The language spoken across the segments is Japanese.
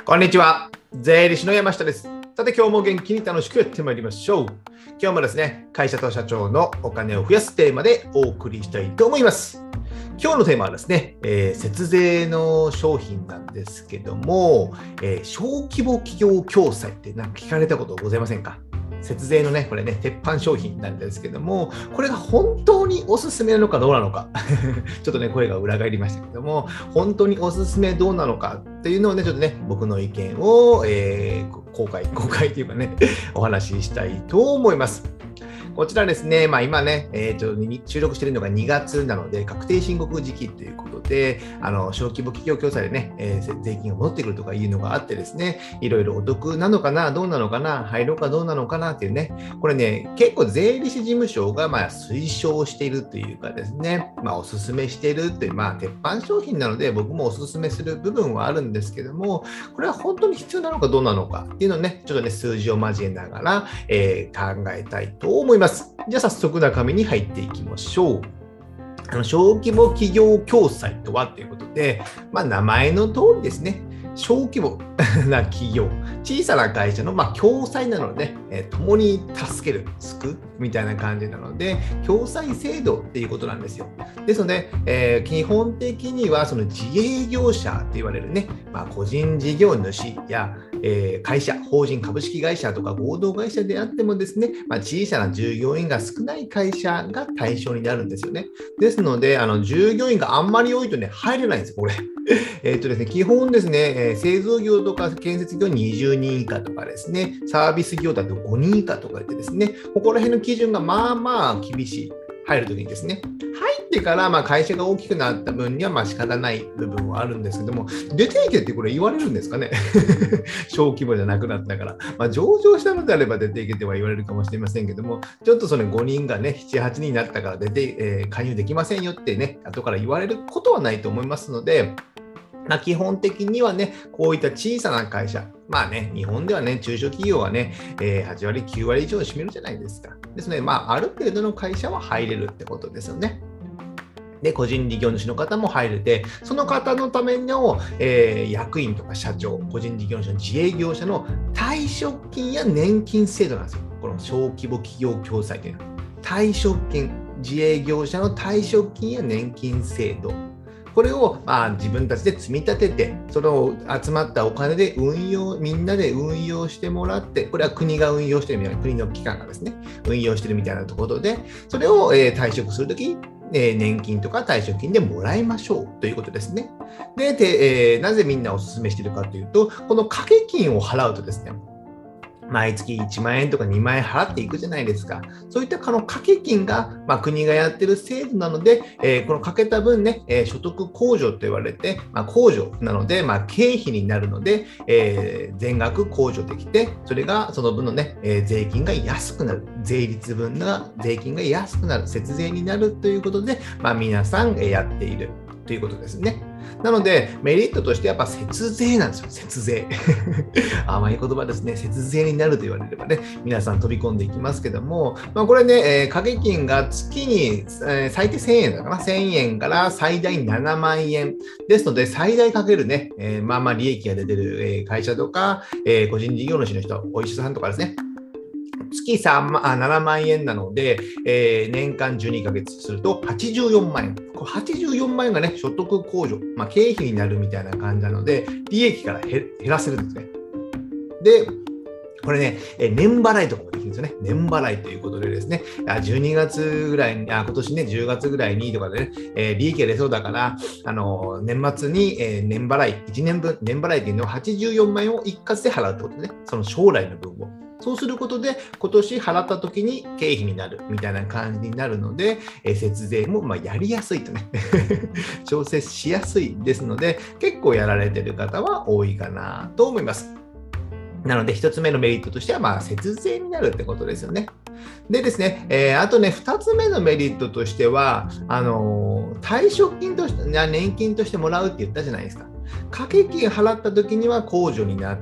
こんにちは。税理士の山下です。さて今日も元気に楽しくやってまいりましょう。今日もですね、会社と社長のお金を増やすテーマでお送りしたいと思います。今日のテーマはですね、節税の商品なんですけども、小規模企業共済って何か聞かれたことございませんか？節税のね、これね、鉄板商品なんですけども、これが本当におすすめなのかどうなのか、ちょっとね、声が裏返りましたけども、本当におすすめどうなのかっていうのをね、ちょっとね、僕の意見を、公開というかね、お話ししたいと思います。こちらですね、今ね、収録しているのが2月なので、確定申告時期ということで、小規模企業共済でね、税金が戻ってくるとかいうのがあってですね、いろいろお得なのかな、どうなのかな、入ろうかどうなのかなっていうね、これね、結構税理士事務所が推奨しているというかですね、おすすめしているという、鉄板商品なので、僕もおすすめする部分はあるんですけども、これは本当に必要なのかどうなのかっていうのをね、ちょっとね、数字を交えながら、考えたいと思います。じゃあ早速中身に入っていきましょう。小規模企業共済とはということで、名前の通りですね、小規模な企業、小さな会社の共済なので、共に助ける、救うみたいな感じなので、共済制度っていうことなんですよ。ですので、基本的にはその自営業者と言われるね、個人事業主や、会社、法人株式会社とか合同会社であってもですね、小さな従業員が少ない会社が対象になるんですよね。ですので、従業員があんまり多いとね、入れないんですよ、これ。ですね、基本ですね、製造業とか建設業20人以下とかですね、サービス業だと5人以下とかでですね、ここら辺の基準が厳しい。入るときにですね、入ってから会社が大きくなった分には仕方ない部分はあるんですけども、出ていけってこれ言われるんですかね小規模じゃなくなったから。上場したのであれば出ていけては言われるかもしれませんけども、ちょっとその5人がね、7、8人になったから出て、加入できませんよってね、後から言われることはないと思いますので、基本的にはね、こういった小さな会社、日本ではね、中小企業はね、8割、9割以上占めるじゃないですか。ですので、ある程度の会社は入れるってことですよね。で、個人事業主の方も入れて、その方のための、役員とか社長、個人事業主の自営業者の退職金や年金制度なんですよ。この小規模企業共済というのは。退職金、自営業者の退職金や年金制度。これを自分たちで積み立てて、その集まったお金でみんなで運用してもらって、これは国が運用してるみたいな、国の機関がですね、運用してるみたいなところで、それを退職するときに、年金とか退職金でもらいましょうということですね。で、なぜみんなお勧めしているかというと、この掛け金を払うとですね、毎月1万円とか2万円払っていくじゃないですか。そういった掛け金が、国がやってる制度なので、このかけた分ね、所得控除と言われて、控除なので、経費になるので、全額控除できて、その分のね、税金が安くなる。税率分の税金が安くなる。節税になるということで、皆さんやっているということですね。なので、メリットとしてやっぱ節税なんですよ、節税。甘い言葉ですね。節税になると言われればね、皆さん飛び込んでいきますけども、これね、掛け金が月に、最低1000円だかな、1000円から最大7万円。ですので、最大かけるね、利益が出てる会社とか、個人事業主の人、お医者さんとかですね。月7万円なので、年間12ヶ月すると84万円。これ84万円がね、所得控除、経費になるみたいな感じなので、利益から減らせるんですね。で、これね、年払いとかもできるんですよね。年払いということでですね、12月ぐらいに、今年ね、10月ぐらいにとかでね、利益が出そうだから、年末に、年払い、1年分、年払いっていうのを84万円を一括で払うってことね。その将来の分を。そうすることで、今年払った時に経費になるみたいな感じになるので、節税もやりやすいとね、調整しやすいですので、結構やられてる方は多いかなと思います。なので、一つ目のメリットとしては、節税になるってことですよね。でですね、あとね、二つ目のメリットとしては、退職金として、年金としてもらうって言ったじゃないですか。掛け金払った時には控除になって、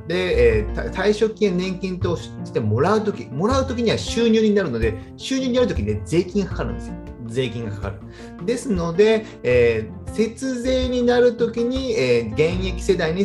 退職金や年金としてもらう時には収入になるので、収入になる時に、税金がかかるんですよ。税金がかかる。ですので、 節税になるときに、現役世代に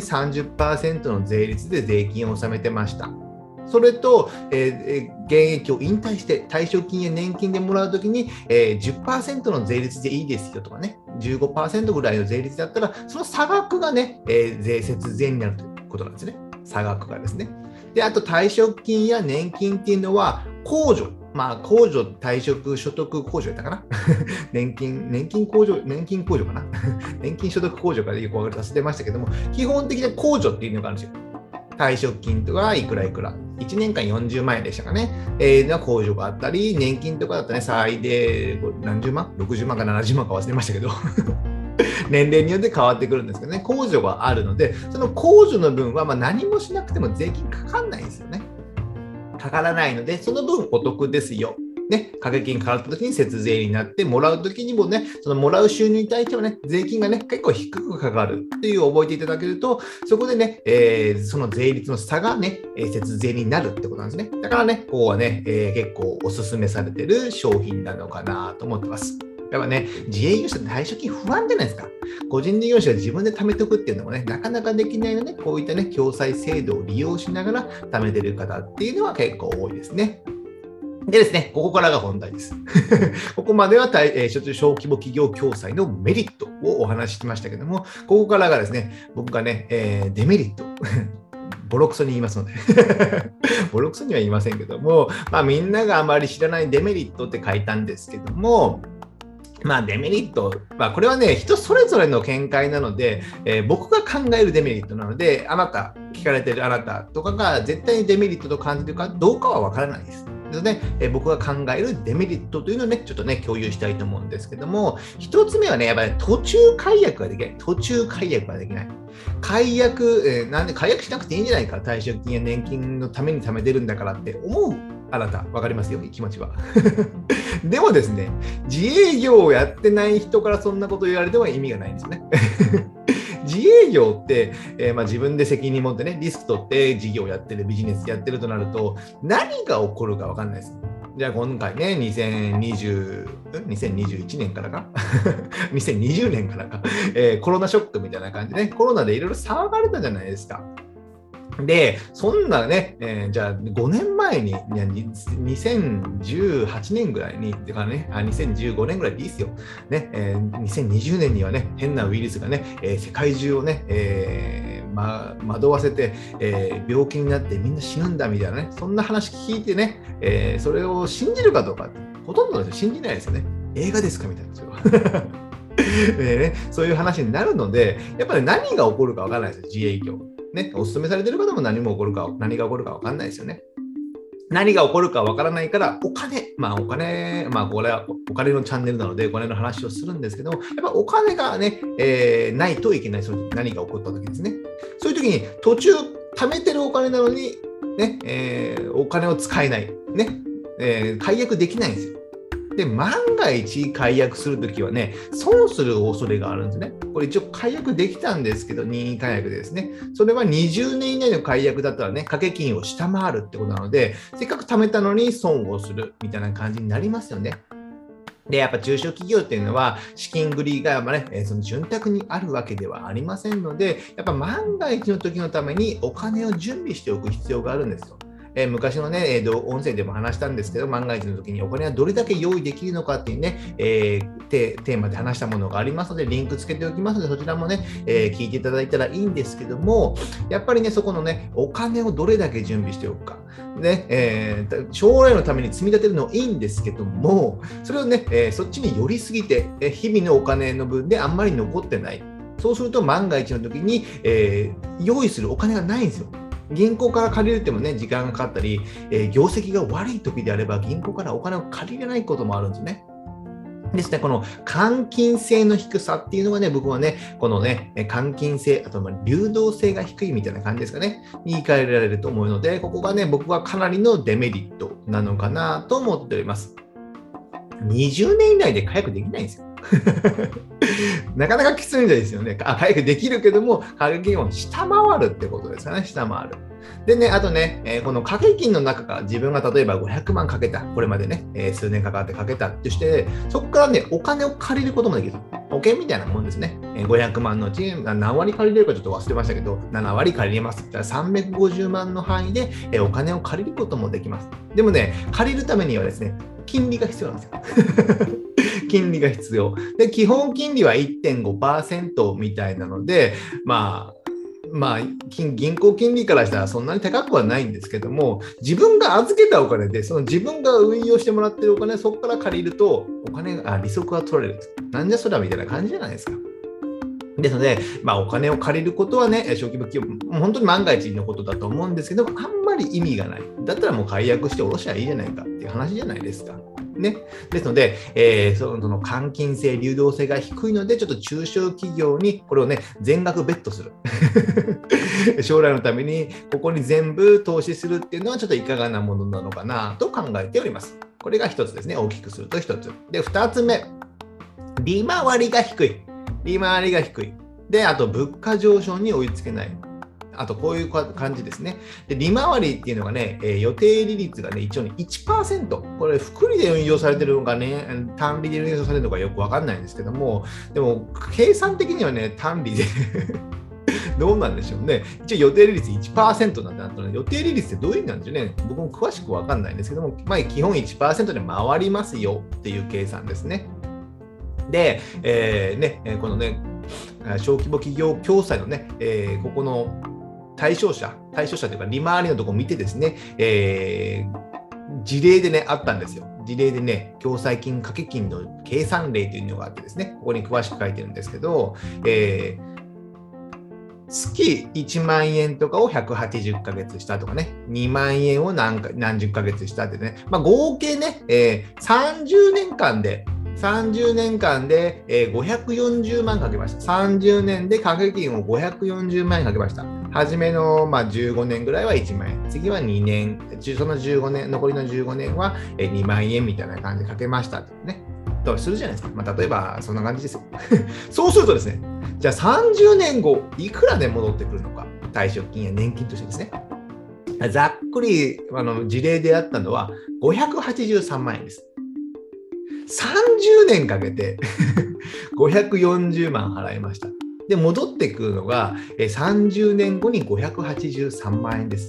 30% の税率で税金を納めてました。それと、現役を引退して退職金や年金でもらうときに、10% の税率でいいですよとかね、15% ぐらいの税率だったら、その差額がね、節税になるということなんですね。差額がですね。で、あと退職金や年金っていうのは、控除、控除、退職所得控除やったかな年金控除かな年金所得控除からよく分かり忘れましたけども、基本的な控除っていうのがあるんですよ。退職金とかいくらいくら、1年間40万円でしたかね、控除があったり、年金とかだったらね、最低何十万 ?60 万か70万か忘れましたけど、年齢によって変わってくるんですけどね、控除があるので、その控除の分は何もしなくても税金かかんないんですよね。かからないので、その分お得ですよ。ね、掛け金かかった時に節税になって、もらう時にもね、そのもらう収入に対してはね、税金がね、結構低くかかるっていう覚えていただけると、そこでね、その税率の差がね、節税になるってことなんですね。だからね、ここはね、結構お勧めされてる商品なのかなと思ってます。やっぱね、自営業者って退職金不安じゃないですか。個人事業者が自分で貯めておくっていうのもね、なかなかできないので、こういったね、共済制度を利用しながら貯めてる方っていうのは結構多いですね。でですね、ここからが本題です。ここまでは小規模企業共済のメリットをお話ししましたけども、ここからがですね、僕がね、デメリット。ボロクソに言いますのでボロクソには言いませんけども、みんながあまり知らないデメリットって書いたんですけども、デメリット、これはね、人それぞれの見解なので、僕が考えるデメリットなので、聞かれてるあなたとかが絶対にデメリットと感じるかどうかは分からないです。ですね、僕が考えるデメリットというのをね、ちょっとね、共有したいと思うんですけども、一つ目はね、やっぱり途中解約ができない。解約、なんで解約しなくていいんじゃないか、退職金や年金のために貯めてるんだからって思うあなた、わかりますよ、気持ちは。でもですね、自営業をやってない人からそんなこと言われても意味がないんですよね。自営業って、自分で責任持ってね、リスク取って事業やってる、ビジネスやってるとなると、何が起こるか分かんないです。じゃあ今回ね、2021年からか2020年からか、コロナショックみたいな感じでね、コロナでいろいろ騒がれたじゃないですか。で、そんなね、じゃあ5年前に、2018年ぐらいに、2015年ぐらいでいいですよ。ね、2020年にはね、変なウイルスがね、世界中をね、惑わせて、病気になってみんな死ぬんだみたいなね、そんな話聞いてね、それを信じるかどうかって、ほとんどの人信じないですよね。映画ですかみたいな。そういう話になるので、やっぱり何が起こるか分からないですよ、自営業。ね、お勧めされている方も何が起こるか分かんないですよね。何が起こるか分からないから、これはお金のチャンネルなので、お金の話をするんですけども、やっぱお金がね、ないといけない、何が起こった時ですね。そういう時に途中貯めてるお金なのに、ね、お金を使えない、ね、解約できないんですよ。で、万が一解約するときはね、損する恐れがあるんですね。これ一応解約できたんですけど、任意解約でですね。それは20年以内の解約だったらね、掛け金を下回るってことなので、せっかく貯めたのに損をするみたいな感じになりますよね。で、やっぱ中小企業っていうのは資金繰りがその潤沢にあるわけではありませんので、やっぱ万が一の時のためにお金を準備しておく必要があるんですよ。昔のね、音声でも話したんですけど、万が一の時にお金はどれだけ用意できるのかっていうね、テーマで話したものがありますので、リンクつけておきますので、そちらもね、聞いていただいたらいいんですけども、やっぱりね、そこのね、お金をどれだけ準備しておくか。ね、将来のために積み立てるのはいいんですけども、それをね、そっちに寄りすぎて、日々のお金の分であんまり残ってない。そうすると万が一の時に、用意するお金がないんですよ。銀行から借りるってもね、時間がかかったり、業績が悪い時であれば、銀行からお金を借りれないこともあるんですよね。ですね、この換金性の低さっていうのがね、僕はね、このね、換金性、あと流動性が低いみたいな感じですかね、に言い換えられると思うので、ここがね、僕はかなりのデメリットなのかなと思っております。20年以内で解約できないんですよ。 なかなかきついんですよね。回復できるけども、掛け金を下回るってことですよね。下回る。でね、あとね、この掛け金の中から自分が例えば500万かけた、これまでね、数年かかってかけたってして、そこからね、お金を借りることもできる。保険みたいなもんですね。500万のうち何割借りれるかちょっと忘れましたけど、7割借りれますって言ったら350万の範囲でお金を借りることもできます。でもね、借りるためにはですね、金利が必要なんですよ。金利が必要。で、基本金利は 1.5% みたいなので、銀行金利からしたらそんなに高くはないんですけども、自分が預けたお金で、その自分が運用してもらってるお金、そこから借りると、利息が取られる。なんじゃそらみたいな感じじゃないですか。ですので、お金を借りることはね、小規模企業、本当に万が一のことだと思うんですけど、あんまり意味がない。だったらもう解約して下ろしゃいいじゃないかっていう話じゃないですか。ね。ですので、その換金性、流動性が低いので、ちょっと中小企業にこれをね、全額ベットする。将来のためにここに全部投資するっていうのはちょっといかがなものなのかなと考えております。これが一つですね。大きくすると一つ。で、二つ目。利回りが低い。利回りが低い。で、あと物価上昇に追いつけない。あとこういう感じですね。で、利回りっていうのがね、予定利率がね、一応ね、1%。これ、複利で運用されてるのかね、単利で運用されてるのかよくわかんないんですけども、でも、計算的にはね、単利でどうなんでしょうね。一応予定利率 1% なんだなとね、予定利率ってどういう意味なんでしょうね。僕も詳しくわかんないんですけども、基本 1% で回りますよっていう計算ですね。で、このね、小規模企業共済のね、ここの対象者というか利回りのところを見てですね、事例でね、あったんですよ。事例でね、共済金掛け金の計算例というのがあってですね、ここに詳しく書いてるんですけど、月1万円とかを180ヶ月したとかね、2万円を何十ヶ月したってね、合計ね、30年間で540万かけました。30年で掛け金を540万円かけました。初めの15年ぐらいは1万円。次は2年。その15年、残りの15年は2万円みたいな感じでかけました。ね。とするじゃないですか。例えばそんな感じですよ。そうするとですね、じゃあ30年後、いくらで戻ってくるのか。退職金や年金としてですね。ざっくり事例であったのは583万円です。30年かけて540万払いました。で、戻ってくるのが30年後に583万円です。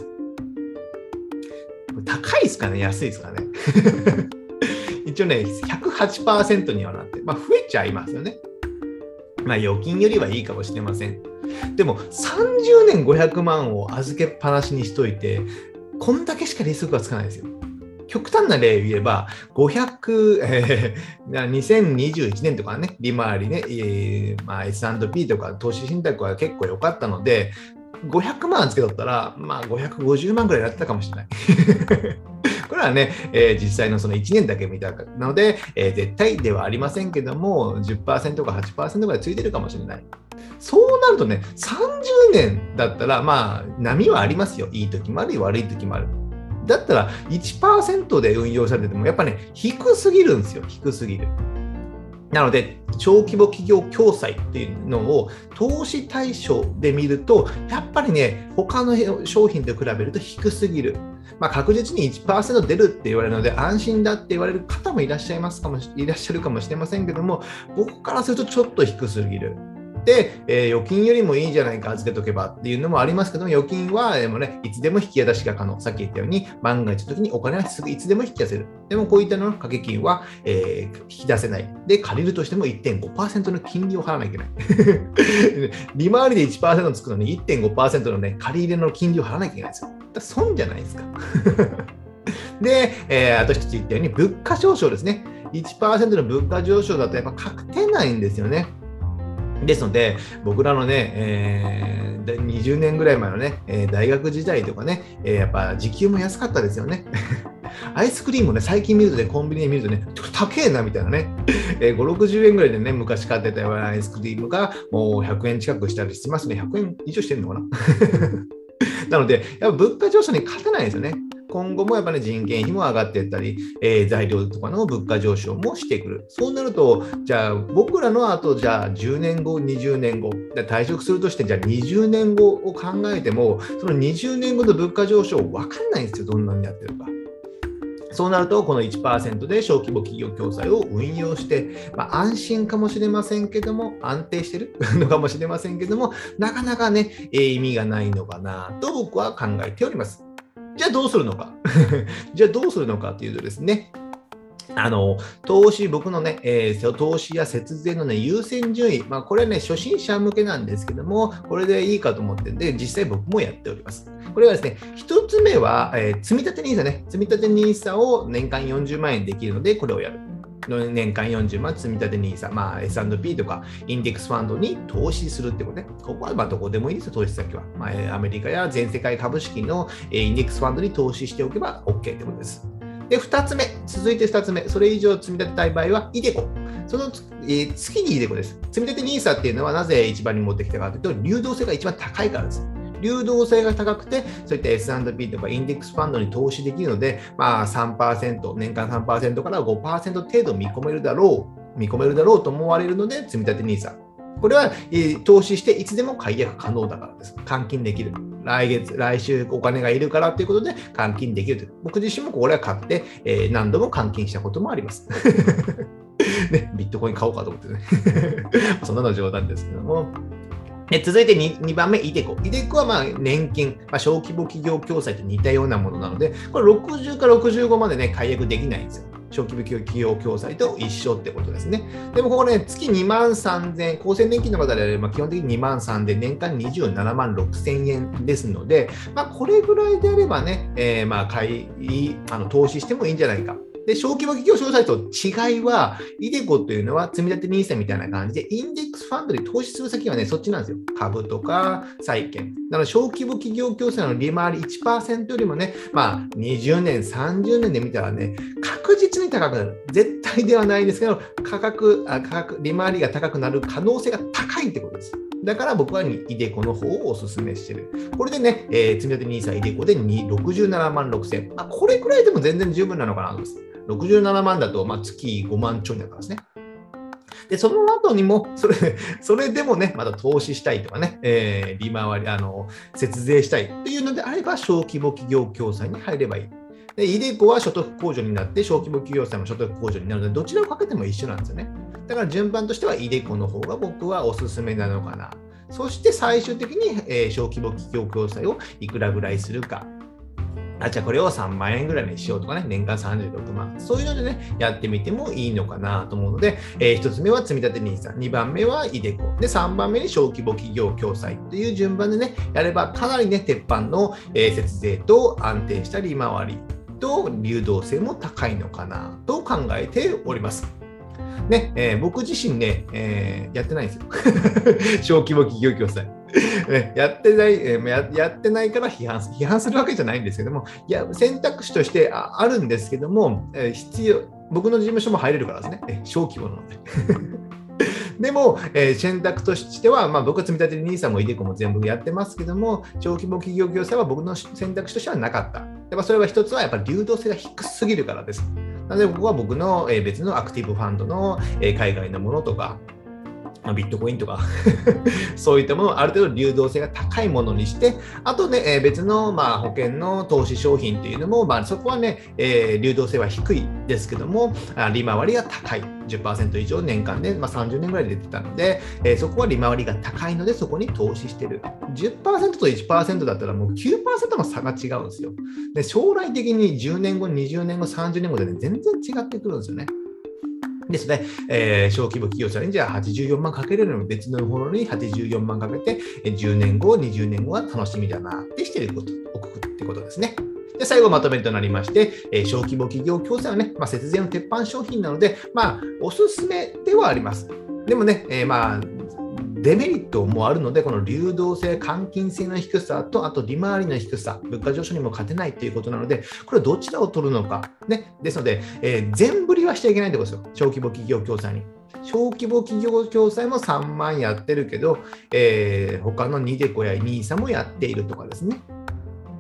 高いですかね、安いですかね。一応ね、108% にはなって、増えちゃいますよね。預金よりはいいかもしれません。でも、30年500万を預けっぱなしにしといて、こんだけしか利息がつかないですよ。極端な例を言えば、2021年とかね、利回りね、S&P とか投資信託は結構良かったので、500万つけとったら、550万ぐらいだったかもしれない。これはね、実際のその1年だけ見たので、絶対ではありませんけども、10% か 8% ぐらいついてるかもしれない。そうなるとね、30年だったら、波はありますよ。いい時もある、悪い時もある。だったら 1% で運用されててもやっぱね、低すぎるんですよ。低すぎる。なので、小規模企業共済っていうのを投資対象で見ると、やっぱりね、他の商品と比べると低すぎる。確実に 1% 出るって言われるので、安心だって言われる方もいらっしゃるかもしれませんけども、僕からするとちょっと低すぎる。で、預金よりもいいんじゃないか預けとけばっていうのもありますけども、預金はでも、ね、いつでも引き出しが可能。さっき言ったように、万が一の時にお金はいつでも引き出せる。でもこういったの掛け金は、引き出せない。で、借りるとしても 1.5% の金利を払わなきゃいけない。利回りで 1% つくのに 1.5% の、ね、借り入れの金利を払わなきゃいけないんですよ。だ損じゃないですか。で、あと一つ言ったように、物価上昇ですね。1% の物価上昇だとやっぱ確定ないんですよね。ですので、僕らのね、20年ぐらい前のね、大学時代とかね、やっぱ時給も安かったですよね。アイスクリームをね、最近見るとね、コンビニで見るとね、高えなみたいなね、5、60円ぐらいでね、昔買ってたようなアイスクリームがもう100円近くしたりしてますね。100円以上してるのかな。なので、やっぱ物価上昇に勝てないですよね。 今後もやっぱり人件費も上がっていったり、材料とかの物価上昇もしてくる。そうなると、じゃあ僕らの後、じゃあ10年後、20年後、退職するとして、じゃあ20年後を考えても、その20年後の物価上昇分かんないんですよ、どんなにやってるか。そうなると、この 1% で小規模企業共済を運用して、安心かもしれませんけども、安定してるのかもしれませんけども、なかなかね、意味がないのかなと僕は考えております。じゃあどうするのかじゃあどうするのかというとですね、投資、僕のね、投資や節税のね、優先順位、これはね、初心者向けなんですけども、これでいいかと思ってるんで、実際僕もやっております。これはですね、一つ目は、積立 NISA ね、積立 NISA を年間40万円できるので、これをやる。年間40万積立 NISA、S&P とかインデックスファンドに投資するってことね。ここはどこでもいいですよ、投資先は。アメリカや全世界株式のインデックスファンドに投資しておけば OK ってことです。で、続いて2つ目、それ以上積み立てたい場合は、iDeCo。その次にiDeCoです。積み立て NISA っていうのはなぜ一番に持ってきたかというと、流動性が一番高いからです。流動性が高くて、そういった S&P とかインデックスファンドに投資できるので、3%、年間 3% から 5% 程度見込めるだろうと思われるので、積み立て NISA。これは投資していつでも解約可能だからです。換金できる。来週お金がいるからということで換金できるという。僕自身もこれは買って、何度も換金したこともあります。ね、ビットコイン買おうかと思ってね。そんなの冗談ですけども。続いて 2番目、iDeCo。iDeCo は年金、小規模企業共済と似たようなものなので、これ60から65までね、解約できないんですよ。小規模企業共済と一緒ってことですね。でもここね、月2万3000、厚生年金の方であれば基本的に2万3000、年間27万6000円ですので、これぐらいであればね、投資してもいいんじゃないか。で、小規模企業共済と違いは、iDeCoというのは積立 NISA みたいな感じで、インデックスファンドに投資する先はね、そっちなんですよ。株とか債券。なので、小規模企業共済の利回り 1% よりもね、20年、30年で見たらね、確実に高くなる。絶対ではないですけど、利回りが高くなる可能性が高いってことです。だから僕はiDeCoの方をお勧めしている。これでね、積立 NISA iDeCoで67万6000。これくらいでも全然十分なのかなと思います。67万だと月5万ちょいだからですね。で、その後にも、それでもね、また投資したいとかね、利回り、節税したいっていうのであれば、小規模企業共済に入ればいい。で、iDeCoは所得控除になって、小規模企業債も所得控除になるので、どちらをかけても一緒なんですよね。だから順番としてはiDeCoの方が僕はおすすめなのかな。そして最終的に、小規模企業共済をいくらぐらいするか。じゃあこれを3万円ぐらいにしようとかね、年間36万。そういうのでね、やってみてもいいのかなと思うので、1つ目は積立 NISA、2番目はiDeCo、で、3番目に小規模企業共済という順番でね、やればかなりね、鉄板の節税と安定した利回りと流動性も高いのかなと考えております。ね、僕自身ね、やってないんですよ。小規模企業共済。やってないから批判するわけじゃないんですけども、選択肢としてあるんですけども、僕の事務所も入れるからですね、小規模なので。でも、選択としては、僕は積立 NISA もiDeCoも全部やってますけども、小規模企業共済は僕の選択肢としてはなかった。やっぱそれは一つはやっぱり流動性が低すぎるからです。なので、ここは僕の別のアクティブファンドの海外のものとか、ビットコインとかそういったものをある程度流動性が高いものにして、あとね、別の保険の投資商品というのも、そこはね、流動性は低いですけども、利回りが高い。10% 以上年間で、30年ぐらいで出てたので、そこは利回りが高いので、そこに投資してる。10% と 1% だったらもう 9% の差が違うんですよ。で、将来的に10年後、20年後、30年後で、ね、全然違ってくるんですよね。ですね、小規模企業者にじゃあ84万かけれるの別のものに84万かけて、10年後、20年後は楽しみだなってしておくってことですね。で、最後まとめとなりまして、小規模企業共済はね、節税の鉄板商品なので、おすすめではあります。でもね、デメリットもあるので、この流動性、換金性の低さと、あと利回りの低さ、物価上昇にも勝てないということなので、これどちらを取るのか。ね、ですので、全振りはしちゃいけないってことですよ。小規模企業共済に。小規模企業共済も3万やってるけど、他のiDeCoやNISAもやっているとかですね。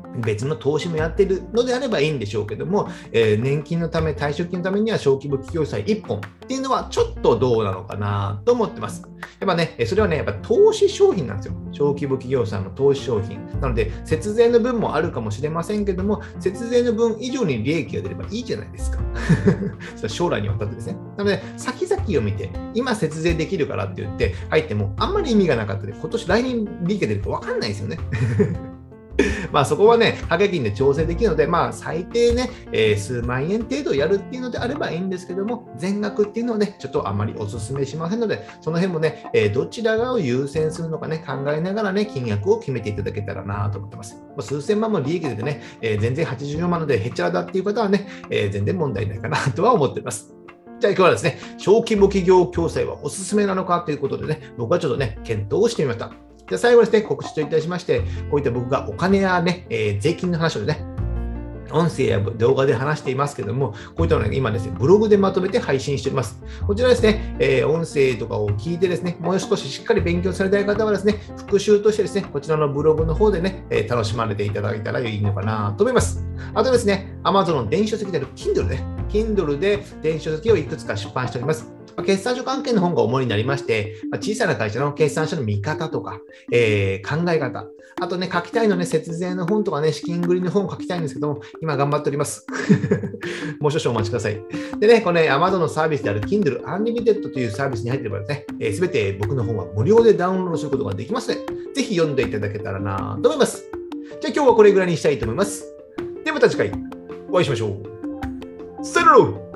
別の投資もやっているのであればいいんでしょうけども、年金のため、退職金のためには小規模企業債1本っていうのはちょっとどうなのかなと思ってます。やっぱね、それはね、やっぱ投資商品なんですよ。小規模企業さんの投資商品。なので、節税の分もあるかもしれませんけども、節税の分以上に利益が出ればいいじゃないですか。それは将来にわたってですね。なので、先々を見て、今節税できるからって言って入っても、あんまり意味がなかったで、来年利益が出るか分かんないですよね。まあそこはね、掛け金で調整できるので、まあ最低ね、数万円程度やるっていうのであればいいんですけども、全額っていうのはね、ちょっとあまりお勧めしませんので、その辺もね、どちらがを優先するのかね、考えながらね、金額を決めていただけたらなと思ってます。数千万も利益でね、全然84万なのでへっちゃらだっていう方はね、全然問題ないかなとは思っています。じゃあ今日はですね、小規模企業共済はおすすめなのかということでね、僕はちょっとね、検討をしてみました。じゃあ最後ですね、告知といたしまして、こういった僕がお金やね、税金の話をね、音声や動画で話していますけども、こういったのを、ね、今ですね、ブログでまとめて配信しております。こちらですね、音声とかを聞いてですね、もう少ししっかり勉強されたい方はですね、復習としてですね、こちらのブログの方でね、楽しまれていただいたらいいのかなと思います。あとですね、Amazon の電子書籍である Kindle ね、Kindle で電子書籍をいくつか出版しております。決算書関係の本が主になりまして、小さな会社の決算書の見方とか、考え方、あとね、書きたいのね、節税の本とかね、資金繰りの本を書きたいんですけども、今頑張っております。もう少々お待ちください。でね、これね、Amazon のサービスである Kindle Unlimited というサービスに入っていればですね、すべて僕の本は無料でダウンロードすることができますので、ぜひ読んでいただけたらなと思います。じゃあ今日はこれぐらいにしたいと思います。ではまた次回お会いしましょう。さよなら。